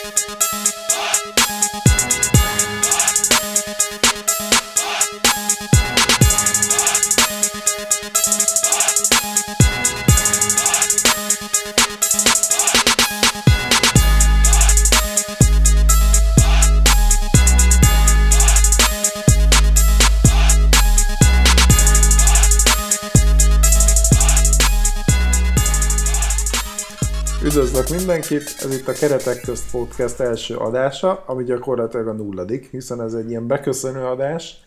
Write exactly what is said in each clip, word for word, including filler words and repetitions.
Üdvözlök mindenkit! Ez itt a Keretek Közt Podcast első adása, ami gyakorlatilag a nulladik, hiszen ez egy ilyen beköszönő adás,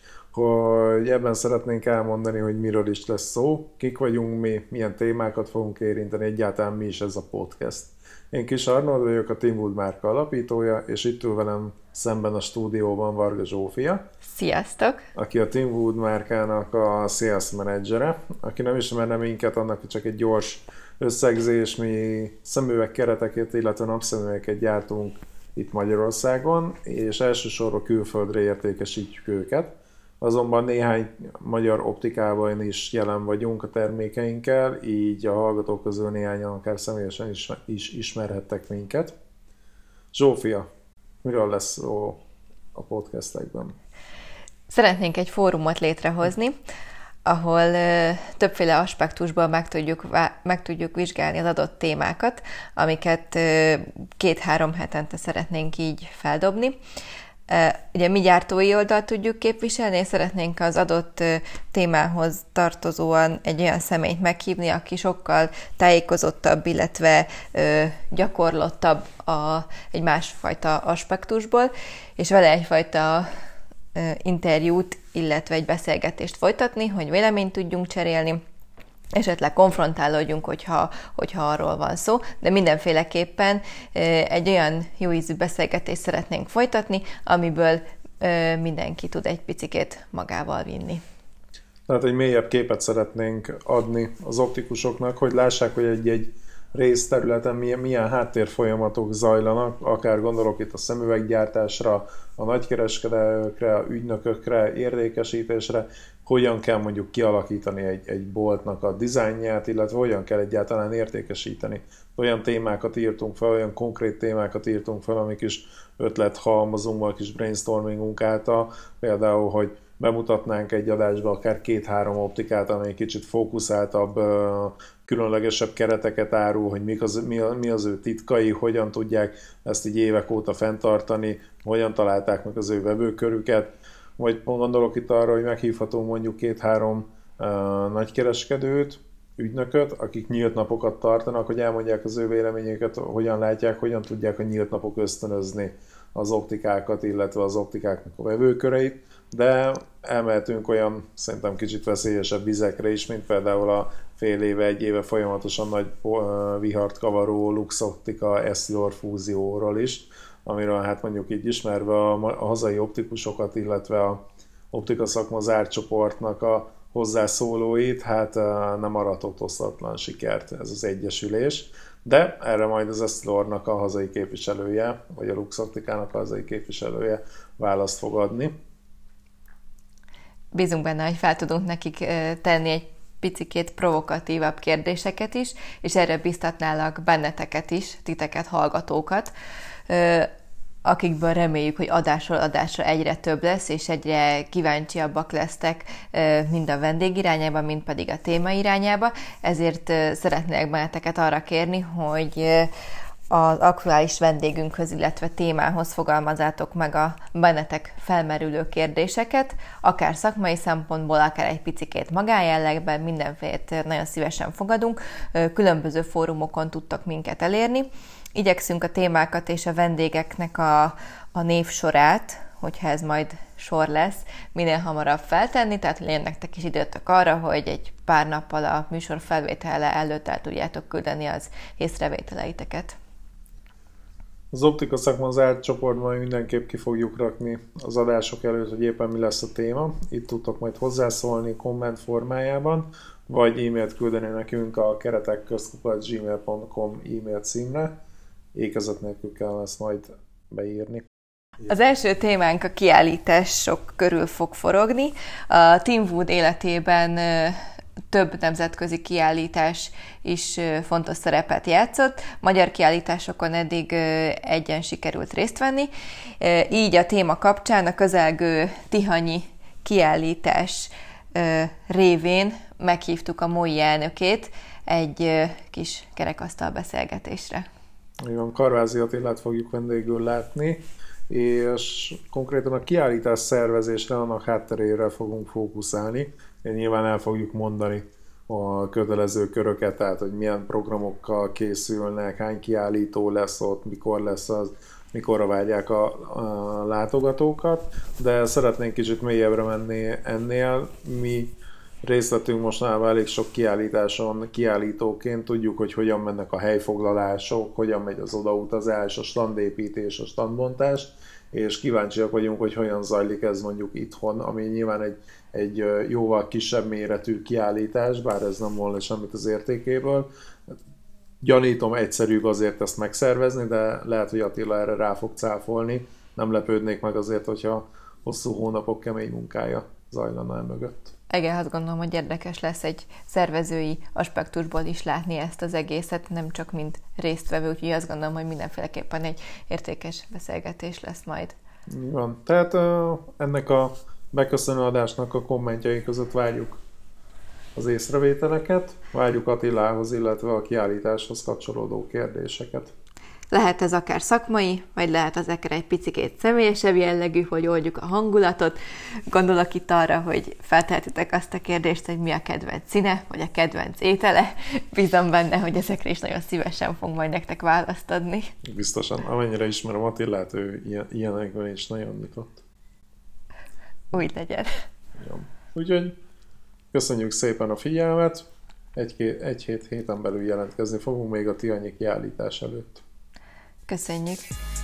hogy ebben szeretnénk elmondani, hogy miről is lesz szó, kik vagyunk mi, milyen témákat fogunk érinteni, egyáltalán mi is ez a podcast. Én Kis Arnold vagyok, a Teamwood márka alapítója, és itt ül velem szemben a stúdióban Varga Zsófia. Sziasztok! Aki a Teamwood márkának a sales menedzsere. Aki nem ismerne minket, annak csak egy gyors összegzés, mi szemüveg kereteket, illetve napszemüvegeket gyártunk itt Magyarországon, és elsősorban külföldre értékesítjük őket. Azonban néhány magyar optikában is jelen vagyunk a termékeinkkel, így a hallgatók közül néhányan akár személyesen is, is ismerhettek minket. Zsófia, miről lesz szó a podcastekben? Szeretnénk egy fórumot létrehozni, ahol ö, többféle aspektusból meg tudjuk, meg tudjuk vizsgálni az adott témákat, amiket ö, két-három hetente szeretnénk így feldobni. Ugye mi gyártói oldalt tudjuk képviselni, és szeretnénk az adott témához tartozóan egy olyan személyt meghívni, aki sokkal tájékozottabb, illetve gyakorlottabb a, egy másfajta aspektusból, és vele egyfajta interjút, illetve egy beszélgetést folytatni, hogy véleményt tudjunk cserélni, esetleg konfrontálódjunk, hogyha, hogyha arról van szó, de mindenféleképpen egy olyan jó ízű beszélgetést szeretnénk folytatni, amiből mindenki tud egy picikét magával vinni. Tehát egy mélyebb képet szeretnénk adni az optikusoknak, hogy lássák, hogy egy-egy részterületen milyen, milyen háttérfolyamatok zajlanak, akár gondolok itt a szemüveggyártásra, a nagykereskedőkre, a ügynökökre, értékesítésre, hogyan kell mondjuk kialakítani egy, egy boltnak a dizájnját, illetve hogyan kell egyáltalán értékesíteni. Olyan témákat írtunk fel, olyan konkrét témákat írtunk fel, amik is ötlethalmazunkban, kis brainstormingunk által, például, hogy bemutatnánk egy adásba akár két-három optikát, amely kicsit fókuszáltabb, különlegesebb kereteket árul, hogy mik az, mi, a, mi az ő titkai, hogyan tudják ezt így évek óta fenntartani, hogyan találták meg az ő vevőkörüket, vagy gondolok itt arra, hogy meghívhatunk mondjuk két-három uh, nagykereskedőt, ügynököt, akik nyílt napokat tartanak, hogy elmondják az ő véleményeket, hogyan látják, hogyan tudják a nyílt napok ösztönözni az optikákat, illetve az optikáknak a vevőköreit, de elmehetünk olyan szerintem kicsit veszélyesebb vizekre is, mint például a fél éve, egy éve folyamatosan nagy vihart kavaró Lux Optika Essilor fúzióról is, amiről hát mondjuk így ismerve a, a hazai optikusokat, illetve a optika szakma zárt csoportnak a hozzászólóit, hát nem aratott osztatlan sikert ez az egyesülés, de erre majd az Essilornak a hazai képviselője, vagy a Lux Optikának a hazai képviselője választ fog adni. Bízunk benne, hogy fel tudunk nekik tenni egy picikét provokatívabb kérdéseket is, és erre biztatnálak benneteket is, titeket, hallgatókat, akikből reméljük, hogy adásról adásra egyre több lesz, és egyre kíváncsiabbak lesztek mind a vendég irányába, mind pedig a téma irányába. Ezért szeretnék benneteket arra kérni, hogy az aktuális vendégünkhöz, illetve témához fogalmazzátok meg a bennetek felmerülő kérdéseket, akár szakmai szempontból, akár egy picikét magánjellegben, mindenfélét nagyon szívesen fogadunk. Különböző fórumokon tudtok minket elérni. Igyekszünk a témákat és a vendégeknek a, a névsorát, hogyha ez majd sor lesz, minél hamarabb feltenni, tehát legyen nektek is időtök arra, hogy egy pár nappal a műsor felvétele előtt el tudjátok küldeni az észrevételeiteket. Az optika szakma zárt csoportban mindenképp ki fogjuk rakni az adások előtt, hogy éppen mi lesz a téma. Itt tudtok majd hozzászólni komment formájában, vagy e-mailt küldeni nekünk a keretekközt kukac gmail pont com e-mail címre. Ékezet nélkül kell ezt majd beírni. Az első témánk a kiállítások körül fog forogni. A Teamwood életében több nemzetközi kiállítás is fontos szerepet játszott. Magyar kiállításokon eddig egyen sikerült részt venni. Így a téma kapcsán a közelgő tihanyi kiállítás révén meghívtuk a em o i elnökét egy kis kerekasztal beszélgetésre. Igen, Karvázi Attilát fogjuk vendégül látni, és konkrétan a kiállítás szervezésre, annak hátterére fogunk fókuszálni. Nyilván el fogjuk mondani a kötelező köröket, tehát hogy milyen programokkal készülnek, hány kiállító lesz ott, mikor lesz az, mikorra várják a, a látogatókat, de szeretnénk kicsit mélyebbre menni ennél. Mi részt vettünk mostanában elég sok kiállításon kiállítóként, tudjuk, hogy hogyan mennek a helyfoglalások, hogyan megy az odautazás, a standépítés, a standbontás, és kíváncsiak vagyunk, hogy hogyan zajlik ez mondjuk itthon, ami nyilván egy, egy jóval kisebb méretű kiállítás, bár ez nem volna semmit az értékéből. Gyanítom, egyszerűbb azért ezt megszervezni, de lehet, hogy Attila erre rá fog cáfolni. Nem lepődnék meg azért, hogyha hosszú hónapok kemény munkája zajlana el mögött. Igen, azt gondolom, hogy érdekes lesz egy szervezői aspektusból is látni ezt az egészet, nem csak mint résztvevő, úgyhogy azt gondolom, hogy mindenféleképpen egy értékes beszélgetés lesz majd. Van. Tehát ennek a beköszönő adásnak a kommentjei között várjuk az észrevételeket, várjuk Attilához, illetve a kiállításhoz kapcsolódó kérdéseket. Lehet ez akár szakmai, vagy lehet az akár egy picikét személyesebb jellegű, hogy oldjuk a hangulatot. Gondolok itt arra, hogy feltehetitek azt a kérdést, hogy mi a kedvenc színe, vagy a kedvenc étele. Bízom benne, hogy ezekre is nagyon szívesen fog majd nektek választ adni. Biztosan. Amennyire ismerem Attilát, ő ilyen, ilyenekben is nagyon nyitott. Úgy legyen. Ja. Úgyhogy köszönjük szépen a figyelmet. Egy-két, egy-hét héten belül jelentkezni fogunk még a tihanyi kiállítás előtt. Köszönjük!